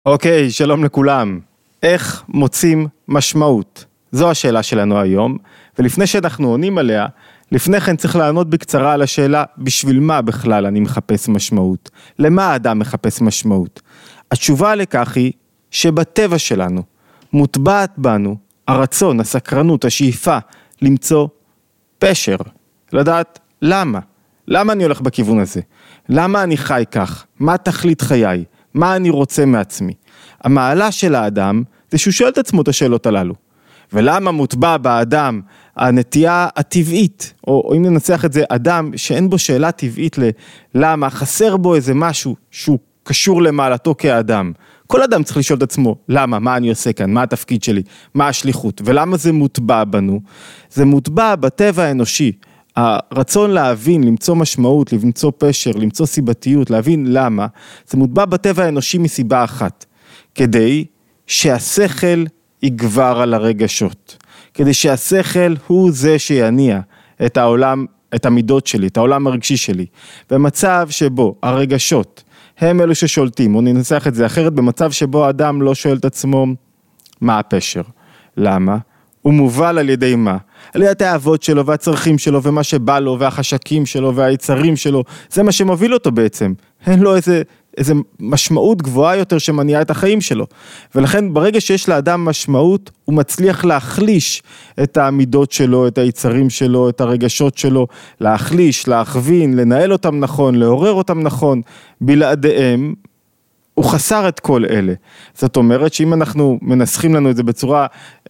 אוקיי, שלום לכולם. איך מוצאים משמעות? זו השאלה שלנו היום, ולפני שאנחנו עונים עליה, לפני כן צריך לענות בקצרה על השאלה, בשביל מה בכלל אני מחפש משמעות? למה האדם מחפש משמעות? התשובה לכך היא שבטבע שלנו, מוטבעת בנו, הרצון, הסקרנות, השאיפה, למצוא פשר, לדעת למה? למה אני הולך בכיוון הזה? למה אני חי כך? מה תכלית חיי? מה אני רוצה מעצמי? המעלה של האדם זה שהוא שואל את עצמו את השאלות הללו. ולמה מוטבע באדם הנטייה הטבעית, או אם ננצח את זה, אדם שאין בו שאלה טבעית ללמה, חסר בו איזה משהו שהוא קשור למעלתו כאדם. כל אדם צריך לשאול את עצמו, למה, מה אני עושה כאן, מה התפקיד שלי, מה השליחות, ולמה זה מוטבע בנו? זה מוטבע בטבע האנושי. הרצון להבין, למצוא משמעות, למצוא פשר, למצוא סיבתיות, להבין למה, זה מוטבע בטבע האנושי מסיבה אחת, כדי שהשכל יגבר על הרגשות, כדי שהשכל הוא זה שיניע את העולם, את המידות שלי, את העולם הרגשי שלי, במצב שבו הרגשות הם אלו ששולטים, או ננסח את זה אחרת, במצב שבו האדם לא שואל את עצמו מה הפשר, למה? הוא מובל על ידי מה? על ידי התאוות שלו והצרכים שלו ומה שבא לו והחשקים שלו והיצרים שלו, זה מה שמוביל אותו בעצם. אין לו איזה משמעות גבוהה יותר שמניעה את החיים שלו. ולכן ברגע שיש לאדם משמעות, הוא מצליח להחליש את העמידות שלו, את היצרים שלו, את הרגשות שלו, להחליש, להכווין, לנהל אותם נכון, לעורר אותם נכון, בלעדיהם, הוא חסר את כל אלה. זאת אומרת שאם אנחנו מנסחים לנו את זה בצורה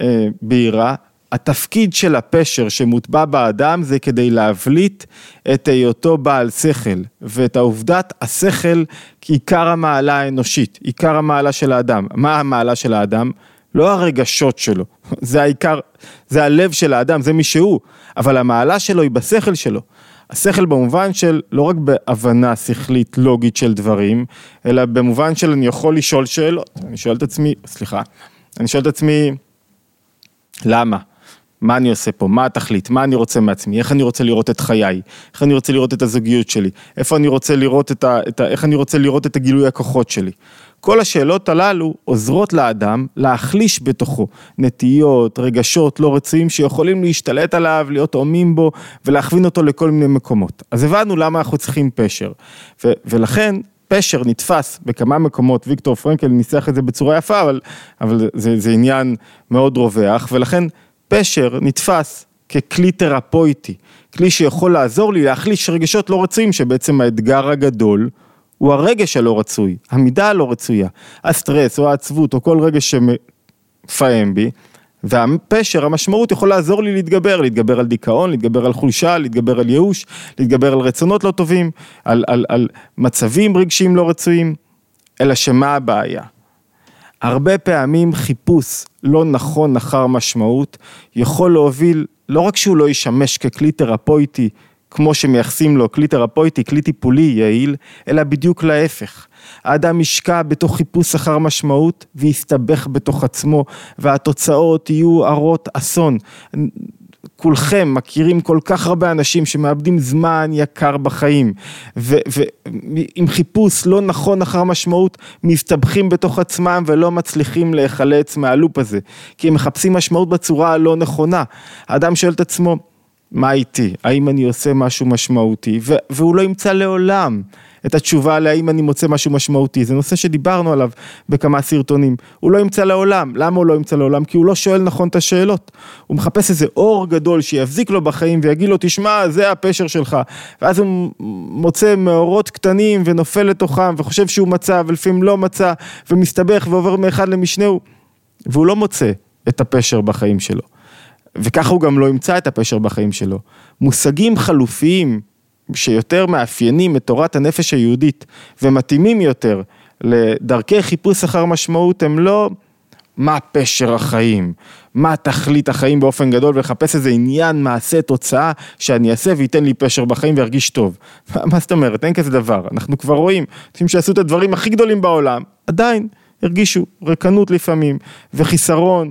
בהירה, התפקיד של הפשר שמוטבע באדם זה כדי להבליט את היותו בעל שכל, ואת העובדת השכל כעיקר המעלה האנושית, עיקר המעלה של האדם. מה המעלה של האדם? לא הרגשות שלו, זה העיקר, זה הלב של האדם, זה מי שהוא, אבל המעלה שלו היא בשכל שלו. השכל במובן של לא רק בהבנה שכלית לוגית של דברים, אלא במובן של אני יכול לשאול שאלות. אני שואל את עצמי, למה? מה אני עושה פה? מה התכלית? מה אני רוצה מעצמי? איך אני רוצה לראות את חיי? איך אני רוצה לראות את הזוגיות שלי? איפה אני רוצה לראות איך אני רוצה לראות את הגילוי הכוחות שלי? כל השאלות הללו עוזרות לאדם להחליש בתוכו נטיות, רגשות לא רצויים שיכולים להשתלט עליו, להיות עומים בו ולהכווין אותו לכל מיני מקומות. אז הבנו למה אנחנו צריכים פשר. ולכן פשר נתפס בכמה מקומות, ויקטור פרנקל ניסח את זה בצורה יפה, אבל זה עניין מאוד רווח, ולכן פשר נתפס ככלי תרפויטי, כלי שיכול לעזור לי להחליש רגשות לא רצויים, שבעצם האתגר הגדול הוא הרגש הלא רצוי, המידה הלא רצויה, הסטרס או העצבות או כל רגש שמפעם בי, והפשר, המשמעות יכול לעזור לי להתגבר על דיכאון, להתגבר על חולשה, להתגבר על ייאוש, להתגבר על רצונות לא טובים, על מצבים רגשיים לא רצויים, אלא שמה הבעיה? הרבה פעמים חיפוש לא נכון אחר משמעות, יכול להוביל, לא רק שהוא לא ישמש ככלי תרפויטי, כמו שמייחסים לו, כלי תרפויטי, כלי טיפולי יעיל, אלא בדיוק להפך. האדם ישקע בתוך חיפוש אחר משמעות, ויסתבך בתוך עצמו, והתוצאות יהיו הרות אסון. כולכם מכירים כל כך הרבה אנשים שמאבדים זמן יקר בחיים, ועם חיפוש לא נכון אחר משמעות, מסתבכים בתוך עצמם ולא מצליחים להיחלץ מהלופ הזה, כי הם מחפשים משמעות בצורה הלא נכונה. האדם שואל את עצמו, מה איתי? האם אני עושה משהו משמעותי? והוא לא ימצא לעולם את התשובה להאם אני מוצא משהו משמעותי. זה נושא שדיברנו עליו בכמה סרטונים. הוא לא ימצא לעולם. למה הוא לא ימצא לעולם? כי הוא לא שואל נכון את השאלות. הוא מחפש איזה אור גדול שיבזיק לו בחיים ויגיד לו, תשמע, זה הפשר שלך. ואז הוא מוצא מאורות קטנים ונופל לתוכם וחושב שהוא מצא ולפעמים לא מצא ומסתבך ועובר מאחד למשנהו. והוא לא מוצא את הפשר בחיים שלו. וככה הוא גם לא ימצא את הפשר בחיים שלו. מושגים חלופיים שיותר מאפיינים את תורת הנפש היהודית ומתאימים יותר לדרכי חיפוש אחר משמעות הם לא מה פשר החיים, מה תכלית החיים באופן גדול ולחפש איזה עניין, מעשה, תוצאה שאני אעשה וייתן לי פשר בחיים וירגיש טוב. מה זאת אומרת? אין כזה דבר. אנחנו כבר רואים, אנשים שעשו את הדברים הכי גדולים בעולם, עדיין הרגישו ריקנות לפעמים, וחיסרון,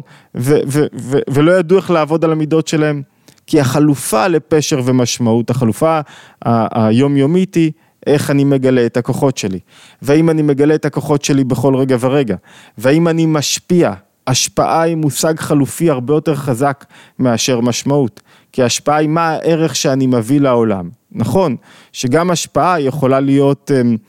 ולא ידעו איך לעבוד על המידות שלהם, כי החלופה לפשר ומשמעות, החלופה היומיומית היא איך אני מגלה את הכוחות שלי, והאם אני מגלה את הכוחות שלי בכל רגע ורגע, והאם אני משפיע. השפעה היא מושג חלופי הרבה יותר חזק מאשר משמעות, כי השפעה היא מה הערך שאני מביא לעולם. נכון, שגם השפעה יכולה להיות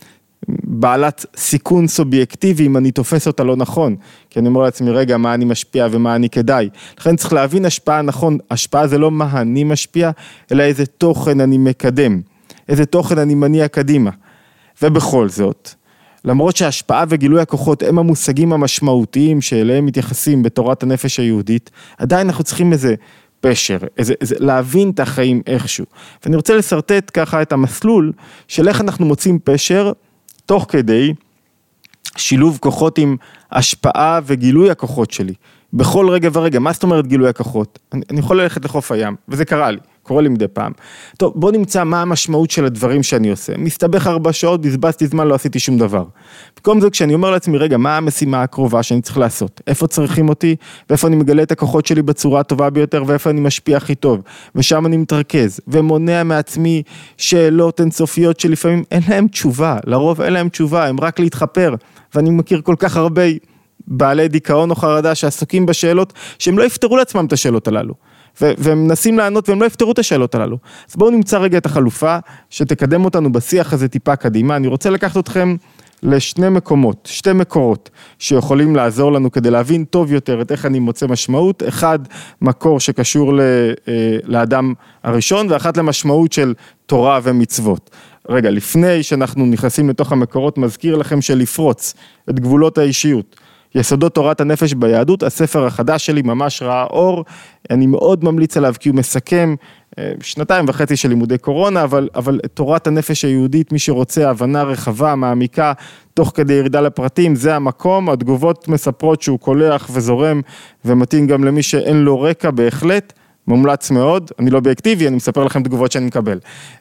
בעלת סיכון סובייקטיבי אם אני תופס אותה לא נכון, כי אני אומר לעצמי, רגע, מה אני משפיע ומה אני כדאי. לכן צריך להבין השפעה נכון, השפעה זה לא מה אני משפיע, אלא איזה תוכן אני מקדם, איזה תוכן אני מניע קדימה. ובכל זאת, למרות שההשפעה וגילוי הכוחות הם המושגים המשמעותיים שאליהם מתייחסים בתורת הנפש היהודית, עדיין אנחנו צריכים איזה פשר, להבין את החיים איכשהו. ואני רוצה לסרטט ככה את המסלול של איך אנחנו מוצאים פשר, תוך כדי שילוב כוחות עם השפעה וגילוי הכוחות שלי, בכל רגע ורגע. מה זאת אומרת גילוי הכוחות? אני יכול ללכת לחוף הים, וזה קורה לי מדי פעם. טוב, בוא נמצא מה המשמעות של הדברים שאני עושה. מסתבך 4 שעות, בזבזתי זמן, לא עשיתי שום דבר. במקום זה, כשאני אומר לעצמי, רגע, מה המשימה הקרובה שאני צריך לעשות? איפה צריכים אותי? ואיפה אני מגלה את הכוחות שלי בצורה הטובה ביותר, ואיפה אני משפיע הכי טוב? ושם אני מתרכז, ומונע מעצמי שאלות אינסופיות שלפעמים אין להם תשובה. לרוב אין להם תשובה, הם רק להתחפר. ואני מכיר כל כך הרבה בעלי דיכאון או חרדה שעסוקים בשאלות, שהם לא יפתרו לעצמם את השאלות הללו. והם מנסים לענות והם לא יפתרו את השאלות הללו. אז בואו נמצא רגע את החלופה שתקדם אותנו בשיח הזה טיפה קדימה. אני רוצה לקחת אתכם לשני מקומות, 2 מקורות שיכולים לעזור לנו כדי להבין טוב יותר את איך אני מוצא משמעות. אחד, מקור שקשור לאדם הראשון, ואחת למשמעות של תורה ומצוות. רגע, לפני שאנחנו נכנסים לתוך המקורות, מזכיר לכם שלפרוץ את גבולות האישיות. יסודות תורת הנפש ביהדות, הספר החדש שלי ממש ראה אור, אני מאוד ממליץ עליו כי הוא מסכם 2.5 של לימודי קורונה, אבל תורת הנפש היהודית, מי שרוצה הבנה רחבה, מעמיקה, תוך כדי ירידה לפרטים, זה המקום, התגובות מספרות שהוא קולח וזורם, ומתאים גם למי שאין לו רקע בהחלט, מומלץ מאוד, אני לא באקטיבי, אני מספר לכם תגובות שאני מקבל.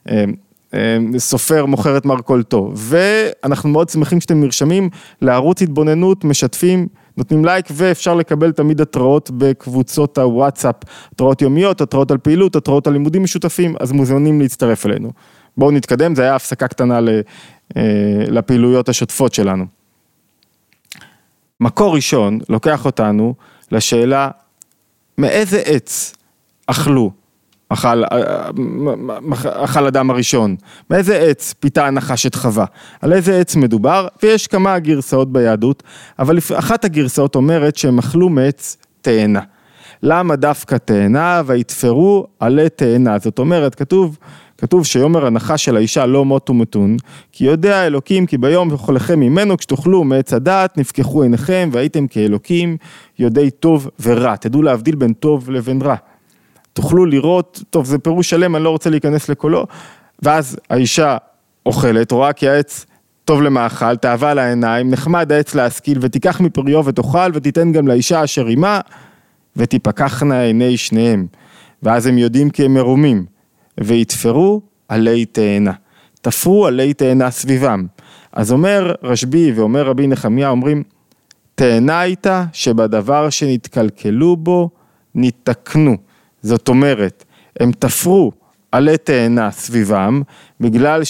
סופר מוכר את מרכולתו, ואנחנו מאוד שמחים שאתם נרשמים לערוץ התבוננות, משתפים, נותנים לייק, ואפשר לקבל תמיד התראות בקבוצות הוואטסאפ, התראות יומיות, התראות על פעילות, התראות על לימודים משותפים, אז מוזמנים להצטרף אלינו. בואו נתקדם, זה היה הפסקה קטנה לפעילויות השוטפות שלנו. מקור ראשון לוקח אותנו לשאלה, מאיזה עץ אכל אדם הראשון, מאיזה עץ פיתה הנחש את חווה, על איזה עץ מדובר, ויש כמה גרסאות ביהדות, אבל אחת הגרסאות אומרת שהם אכלו מעץ תאנה. למה דווקא תאנה? ויתפרו עלי תאנה, זאת אומרת, כתוב שיומר הנחש של האישה לא מות ומתון, כי יודע אלוקים כי ביום אוכלכם ממנו, כשתאכלו מעץ הדעת, נפקחו עיניכם והייתם כאלוקים, יודעי טוב ורע. תדעו להבדיל בין טוב לבין רע. תוכלו לראות, טוב זה פירוש שלם, אני לא רוצה להיכנס לקולו, ואז האישה אוכלת, רואה כי העץ טוב למאכל, תאווה לעיניים, נחמד העץ להשכיל, ותיקח מפריו ותאכל, ותיתן גם לאישה אשר עימה, ותיפקחנה עיני שניהם, ואז הם יודעים כי הם מרומים, ויתפרו עלי תאנה, תפרו עלי תאנה סביבם. אז אומר רשב"י ואומר רבי נחמיה, אומרים, תאנה הייתה שבדבר שנתקלקלו בו, נתקנו. זאת אומרת, הם תפרו עלי תאנה סביבם, בגלל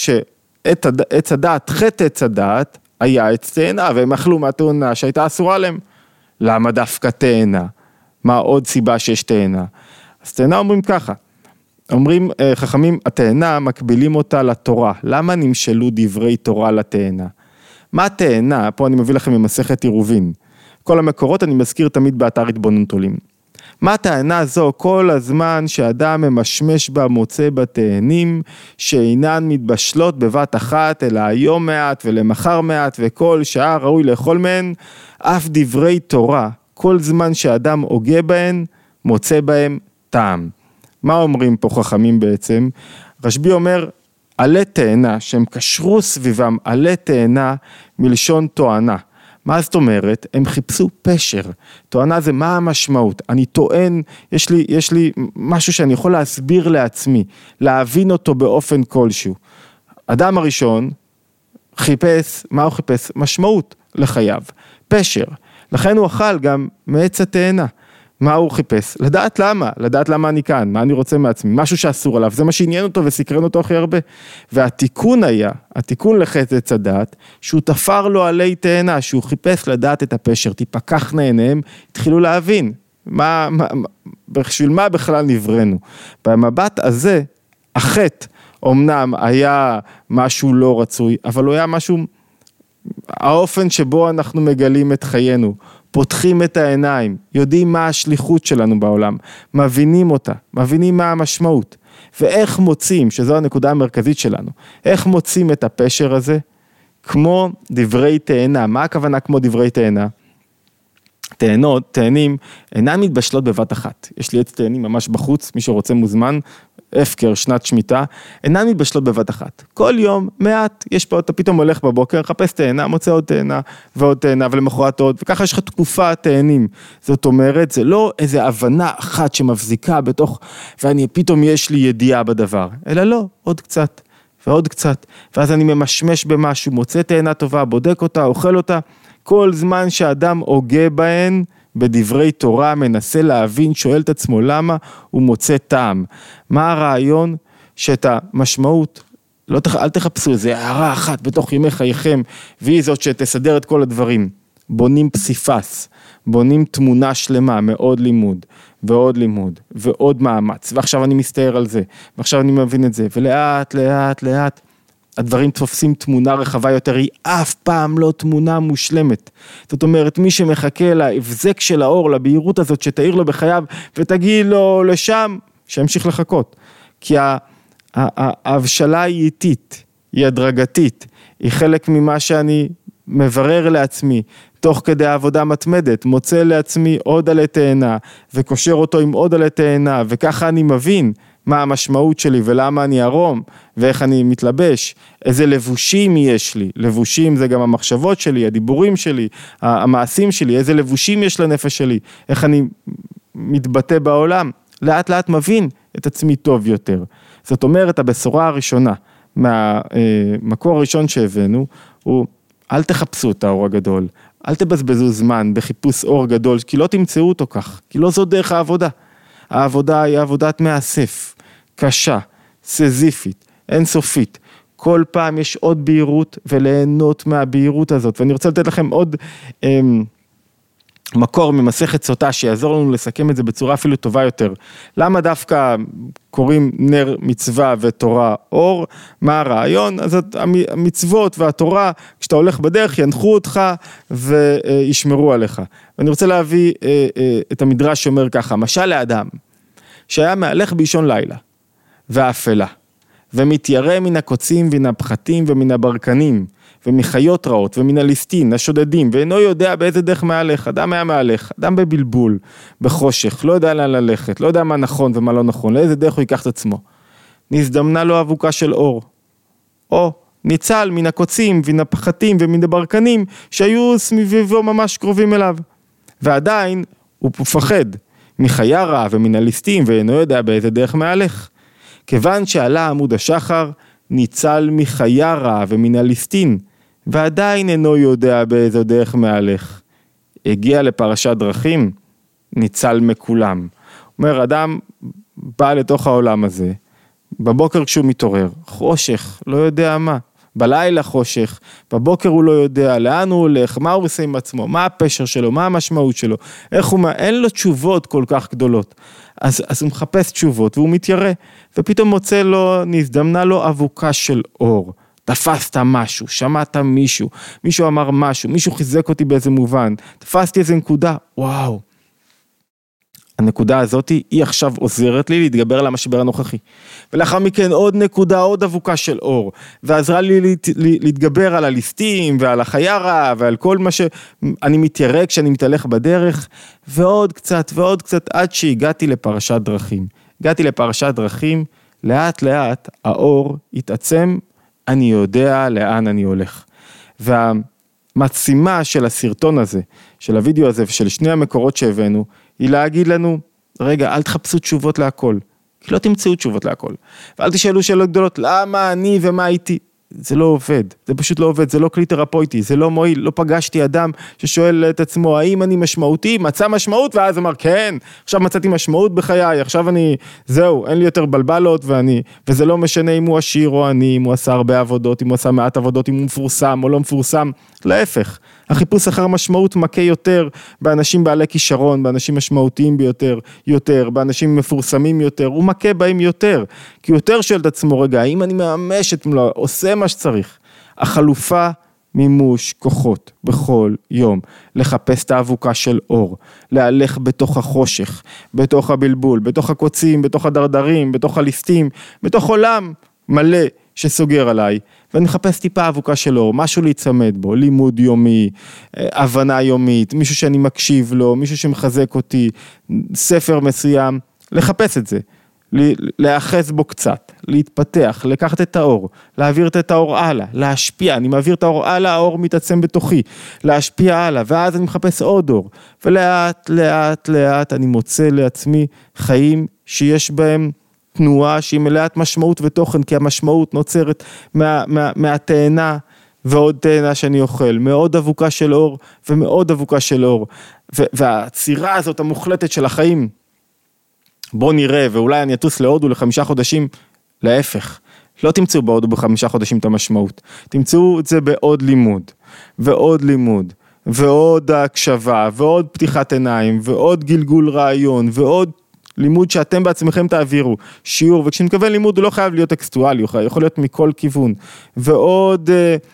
שעץ הדעת, חטא עץ הדעת, היה עץ תאנה, והם אכלו מהתאנה שהייתה אסורה להם. למה דווקא תאנה? מה עוד סיבה שיש תאנה? אז תאנה אומרים ככה, אומרים חכמים, התאנה מקבילים אותה לתורה. למה נמשלו דברי תורה לתאנה? מה תאנה? פה אני מביא לכם ממסכת עירובין. כל המקורות אני מזכיר תמיד באתר התבוננות עולים. מה הטענה זו? כל הזמן שאדם ממשמש בה מוצא בתאנים שאינן מתבשלות בבת אחת, אלא היום מעט ולמחר מעט וכל שעה ראוי לאכול מהן, אף דברי תורה, כל זמן שאדם הוגה בהן, מוצא בהם טעם. מה אומרים פה חכמים בעצם? רשב"י אומר, עלי תאנה, שהם קשרו סביבם עלי תאנה מלשון תואנה. מה זאת אומרת? הם חיפשו פשר. תואנה זה מה המשמעות? אני טוען, יש לי משהו שאני יכול להסביר לעצמי, להבין אותו באופן כלשהו. אדם הראשון חיפש, מה הוא חיפש? משמעות לחייו, פשר. לכן הוא אכל גם מעץ התאנה. מה הוא חיפש? לדעת למה אני כאן, מה אני רוצה מעצמי, משהו שאסור עליו, זה מה שעניין אותו וסקרן אותו הכי הרבה. התיקון לחטא עץ הדעת, שהוא תפר לו עלי תאנה, שהוא חיפש לדעת את הפשר, תיפקח עיניהם, התחילו להבין, בשביל מה בכלל נברנו. במבט הזה, החטא, אמנם היה משהו לא רצוי, אבל הוא היה משהו, האופן שבו אנחנו מגלים את חיינו, פותחים את העיניים, יודעים מה השליחות שלנו בעולם, מבינים אותה, מבינים מה המשמעות, ואיך מוצאים, שזו הנקודה המרכזית שלנו, איך מוצאים את הפשר הזה, כמו דברי תאנה. מה הכוונה כמו דברי תאנה? תאנים, אינן מתבשלות בבת אחת. יש לי עץ תאנים ממש בחוץ, מי שרוצה מוזמן, הפקר, שנת שמיטה, אינן מתבשלות בבת אחת. כל יום, מעט, יש פה, אתה פתאום הולך בבוקר, חפש תאנה, מוצא עוד תאנה, ועוד תאנה, ולמחרת עוד, וככה יש לך תקופה תאנים. זאת אומרת, זה לא איזו הבנה אחת שמבזיקה בתוך, ואני פתאום יש לי ידיעה בדבר, אלא לא, עוד קצת, ועוד קצת, ואז אני ממשמש במשהו, מוצא תאנה טובה, בודק אותה, אוכל אותה, כל זמן שאדם הוגה בהן, בדברי תורה, מנסה להבין, שואל את עצמו למה, הוא מוצא טעם. מה הרעיון? שאת המשמעות, אל תחפשו איזה הערה אחת בתוך ימי חייכם, והיא זאת שתסדר את כל הדברים. בונים פסיפס, בונים תמונה שלמה, מאוד לימוד, ועוד לימוד, ועוד מאמץ, ועכשיו אני מסתער על זה, ועכשיו אני מבין את זה, ולאט, לאט, לאט, הדברים תופסים תמונה רחבה יותר, היא אף פעם לא תמונה מושלמת. זאת אומרת, מי שמחכה להבזק של האור, לבהירות הזאת שתאיר לו בחייו, ותגיד לו לשם, שימשיך לחכות. כי ההבשלה היא איטית, היא הדרגתית, היא חלק ממה שאני מברר לעצמי, תוך כדי העבודה מתמדת, מוצא לעצמי עוד עלי תאנה, וקושר אותו עם עוד עלי תאנה, וככה אני מבין, מה המשמעות שלי ולמה אני ערום, ואיך אני מתלבש, איזה לבושים יש לי, לבושים זה גם המחשבות שלי, הדיבורים שלי, המעשים שלי, איזה לבושים יש לנפש שלי, איך אני מתבטא בעולם, לאט לאט מבין את עצמי טוב יותר. זאת אומרת, הבשורה הראשונה, מהמקור הראשון שהבאנו, הוא אל תחפשו את האור הגדול, אל תבזבזו זמן בחיפוש אור גדול, כי לא תמצאו אותו כך, כי לא זאת דרך העבודה. העבודה היא עבודת מאסף, קשה, סזיפית, אינסופית. כל פעם יש עוד בהירות וליהנות מהבהירות הזאת. ואני רוצה לתת לכם עוד מקור ממסכת סוטה שיעזור לנו לסכם את זה בצורה אפילו טובה יותר. למה דווקא קוראים נר מצווה ותורה אור? מה הרעיון? אז המצוות והתורה, כשאתה הולך בדרך, ינחו אותך וישמרו עליך. ואני רוצה להביא את המדרש שאומר ככה, משל לאדם שהיה מהלך באישון לילה ואפלה, ומתיירא מן הקוצים ומן הפחתים ומן הברקנים, ומחיות רעות ומן הליסטין, השודדים, ואינו יודע באיזה דרך מהלך. אדם היה מהלך, אדם בבלבול, בחושך, לא יודע לאן ללכת, לא יודע מה נכון ומה לא נכון, לאיזה דרך הוא ייקח את עצמו. נזדמנה לו אבוקה של אור, או ניצל מן הקוצים ומן הפחתים ומן הברקנים, שהיו סביבו ממש קרובים אליו. ועדיין הוא פוחד מחיה רעה ומן הליסטין, ואינו יודע באיזה דרך מהלך. כיוון שעלה עמוד השחר, ניצל מחיה רעה ומן הליסטין, ועדיין אינו יודע באיזו דרך מהלך. הגיע לפרשת דרכים, ניצל מכולם. אומר, אדם בא לתוך העולם הזה, בבוקר כשהוא מתעורר, חושך, לא יודע מה, בלילה חושך, בבוקר הוא לא יודע לאן הוא הולך, מה הוא עושה עם עצמו, מה הפשר שלו, מה המשמעות שלו, איך הוא, אין לו תשובות כל כך גדולות. אז הוא מחפש תשובות והוא מתיירא, ופתאום מוצא לו, נזדמנה לו אבוקה של אור. תפסת משהו, שמעת מישהו אמר משהו, מישהו חיזק אותי באיזה מובן, תפסתי איזה נקודה, וואו. הנקודה הזאת היא עכשיו עוזרת לי להתגבר על המשבר הנוכחי. ולאחר מכן עוד נקודה, עוד אבוקה של אור, ועזרה לי להתגבר על הליסטים ועל החיה רעה ועל כל מה שאני מתיירא כשאני מתהלך בדרך, ועוד קצת ועוד קצת עד שהגעתי לפרשת דרכים. הגעתי לפרשת דרכים, לאט לאט האור התעצם, אני יודע לאן אני הולך. והמשימה של הסרטון הזה, של הוידאו הזה ושל שני המקורות שהבאנו, היא להגיד לנו, רגע, אל תחפשו תשובות להכל, כי לא תמצאו תשובות להכל. ואל תשאלו שאלות גדולות, למה אני ומה איתי? זה לא עובד, זה פשוט לא עובד, זה לא כלי תרפויטי, זה לא מועיל, לא פגשתי אדם ששואל את עצמו, האם אני משמעותי, מצא משמעות, ואז אמר, כן, עכשיו מצאתי משמעות בחיי, עכשיו זהו, אין לי יותר בלבלות, וזה לא משנה אם הוא עשיר או אני, אם הוא עשה הרבה עבודות, אם הוא עשה מעט עבודות, אם הוא מפורסם או לא מפורסם, להפך, החיפוש אחר משמעות מכה יותר באנשים בעלי כישרון, באנשים משמעותיים יותר, באנשים מפורסמים יותר, הוא מכה בהם יותר, כי יותר שואל את עצמו, רגע, האם אני ממש עושה מה שצריך? החלופה מימוש כוחות בכל יום, לחפש את האבוקה של אור, להלך בתוך החושך, בתוך הבלבול, בתוך הקוצים, בתוך הדרדרים, בתוך הליסטים, בתוך עולם מלא שסוגר עליי, ואני מחפש טיפה אבוקה של אור, משהו להצמד בו, לימוד יומי, הבנה יומית, מישהו שאני מקשיב לו, מישהו שמחזק אותי, ספר מסוים, לחפש את זה. להאחז בו קצת, להתפתח, לקחת את האור, להעביר את האור הלאה, להשפיע, אני מעביר את האור הלאה, האור מתעצם בתוכי, להשפיע הלאה, ואז אני מחפש עוד אור, ולאט, לאט, לאט, אני מוצא לעצמי חיים שיש בהם תנועה שהיא מלאת משמעות ותוכן, כי המשמעות נוצרת מהתאנה, ועוד תאנה שאני אוכל, מאוד אבוקה של אור, ומאוד אבוקה של אור, והצירה הזאת המוחלטת של החיים, בוא נראה, ואולי אני אטוס להודו ל5 חודשים, להפך, לא תמצאו בהודו ב5 חודשים את המשמעות, תמצאו את זה בעוד לימוד, ועוד לימוד, ועוד הקשבה, ועוד פתיחת עיניים, ועוד גלגול רעיון, ועוד לימוד שאתם בעצמכם תעבירו, שיעור, וכשנתכוון לימוד הוא לא חייב להיות טקסטואלי, הוא יכול להיות מכל כיוון, ועוד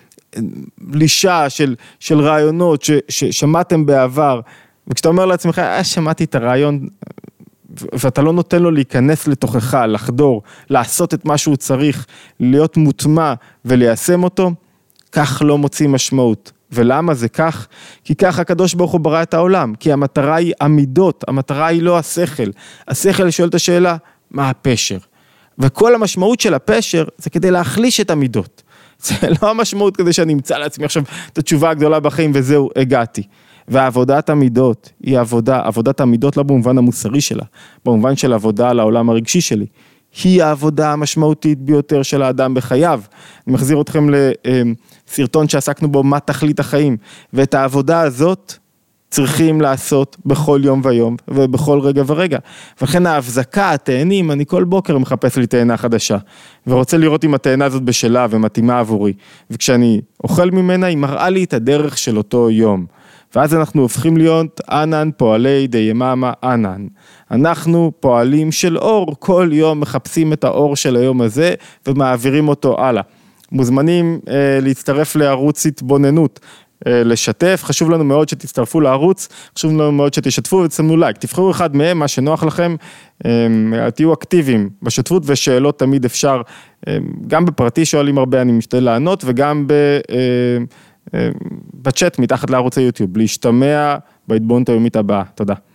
לישה של רעיונות ששמעתם בעבר, וכשאתה אומר לעצמך, שמעתי את הרעיון, ואתה לא נותן לו להיכנס לתוכך, לחדור, לעשות את מה שהוא צריך, להיות מוטמע וליישם אותו, כך לא מוציא משמעות. ולמה זה כך? כי כך הקדוש ברוך הוא ברא את העולם, כי המטרה היא עמידות, המטרה היא לא השכל. השכל שואל את השאלה, מה הפשר? וכל המשמעות של הפשר זה כדי להחליש את המידות. זה לא המשמעות כדי שאני אמצא לעצמי עכשיו את התשובה הגדולה בחיים וזהו, הגעתי. ועבודת המידות היא עבודת המידות לא במובן המוסרי שלה, במובן של עבודה על העולם הרגשי שלי. היא העבודה המשמעותית ביותר של האדם בחייו. אני מחזיר אתכם לסרטון שעסקנו בו, מה תכלית החיים. ואת העבודה הזאת צריכים לעשות בכל יום ויום ובכל רגע ורגע. ולכן ההבזקה, התאנים, אני כל בוקר מחפש לי תאנה חדשה. ורוצה לראות אם התאנה הזאת בשלה ומתאימה עבורי. וכשאני אוכל ממנה, היא מראה לי את הדרך של אותו יום. ואז אנחנו הופכים להיות ענן פועלי דייממה ענן. אנחנו פועלים של אור, כל יום מחפשים את האור של היום הזה ומעבירים אותו הלאה. מוזמנים להצטרף לערוץ התבוננות, לשתף, חשוב לנו מאוד שתצטרפו לערוץ, חשוב לנו מאוד שתשתפו ותשמו לייק, תבחרו אחד מהם, מה שנוח לכם, תהיו אקטיביים בשתפות ושאלות תמיד אפשר, גם בפרטי שואלים הרבה, אני משתדל לענות, וגם בצ'אט מתחת לערוץ היוטיוב, להשתמע בהתבוננות היומית הבאה. תודה.